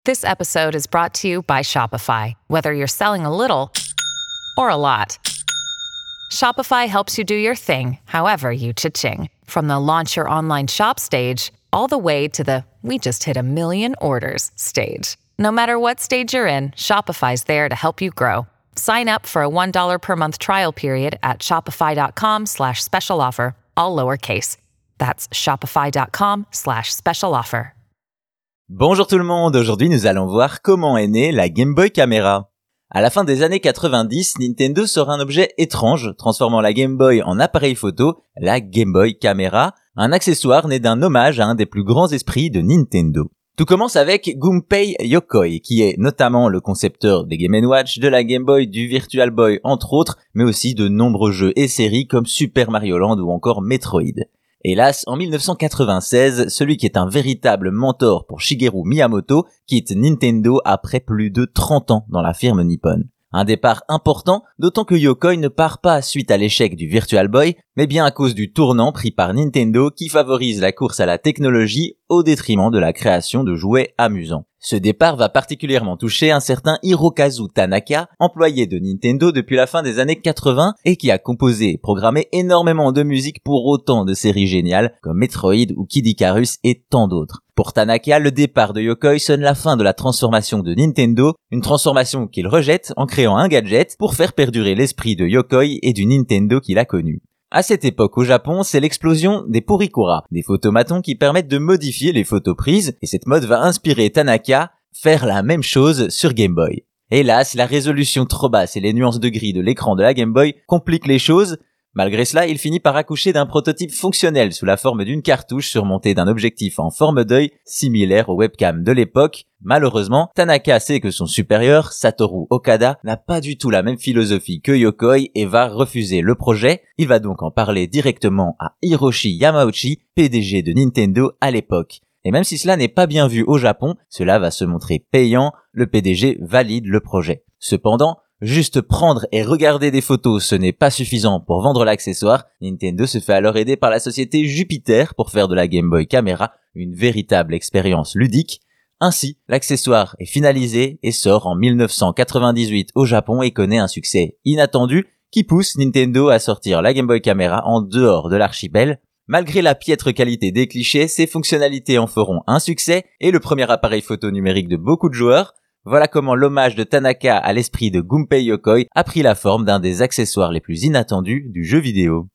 This episode is brought to you by Shopify. Whether you're selling a little or a lot, Shopify helps you do your thing, however you cha-ching. From the launch your online shop stage, all the way to the we just hit 1 million orders stage. No matter what stage you're in, Shopify's there to help you grow. Sign up for a $1 per month trial period at shopify.com/special offer, all lowercase. That's shopify.com/special offer. Bonjour tout le monde, aujourd'hui nous allons voir comment est née la Game Boy Camera. À la fin des années 90, Nintendo sort un objet étrange, transformant la Game Boy en appareil photo, la Game Boy Camera, un accessoire né d'un hommage à un des plus grands esprits de Nintendo. Tout commence avec Gunpei Yokoi, qui est notamment le concepteur des Game & Watch, de la Game Boy, du Virtual Boy entre autres, mais aussi de nombreux jeux et séries comme Super Mario Land ou encore Metroid. Hélas, en 1996, celui qui est un véritable mentor pour Shigeru Miyamoto quitte Nintendo après plus de 30 ans dans la firme nippone. Un départ important, d'autant que Yokoi ne part pas suite à l'échec du Virtual Boy, mais bien à cause du tournant pris par Nintendo qui favorise la course à la technologie au détriment de la création de jouets amusants. Ce départ va particulièrement toucher un certain Hirokazu Tanaka, employé de Nintendo depuis la fin des années 80 et qui a composé et programmé énormément de musique pour autant de séries géniales comme Metroid ou Kid Icarus et tant d'autres. Pour Tanaka, le départ de Yokoi sonne la fin de la transformation de Nintendo, une transformation qu'il rejette en créant un gadget pour faire perdurer l'esprit de Yokoi et du Nintendo qu'il a connu. À cette époque au Japon, c'est l'explosion des Porikura, des photomatons qui permettent de modifier les photos prises, et cette mode va inspirer Tanaka faire la même chose sur Game Boy. Hélas, la résolution trop basse et les nuances de gris de l'écran de la Game Boy compliquent les choses. Malgré cela, il finit par accoucher d'un prototype fonctionnel sous la forme d'une cartouche surmontée d'un objectif en forme d'œil similaire aux webcams de l'époque. Malheureusement, Tanaka sait que son supérieur, Satoru Okada, n'a pas du tout la même philosophie que Yokoi et va refuser le projet. Il va donc en parler directement à Hiroshi Yamauchi, PDG de Nintendo à l'époque. Et même si cela n'est pas bien vu au Japon, cela va se montrer payant, le PDG valide le projet. Cependant, juste prendre et regarder des photos, ce n'est pas suffisant pour vendre l'accessoire. Nintendo se fait alors aider par la société Jupiter pour faire de la Game Boy Camera une véritable expérience ludique. Ainsi, l'accessoire est finalisé et sort en 1998 au Japon et connaît un succès inattendu qui pousse Nintendo à sortir la Game Boy Camera en dehors de l'archipel. Malgré la piètre qualité des clichés, ses fonctionnalités en feront un succès et le premier appareil photo numérique de beaucoup de joueurs. Voilà comment l'hommage de Tanaka à l'esprit de Gunpei Yokoi a pris la forme d'un des accessoires les plus inattendus du jeu vidéo.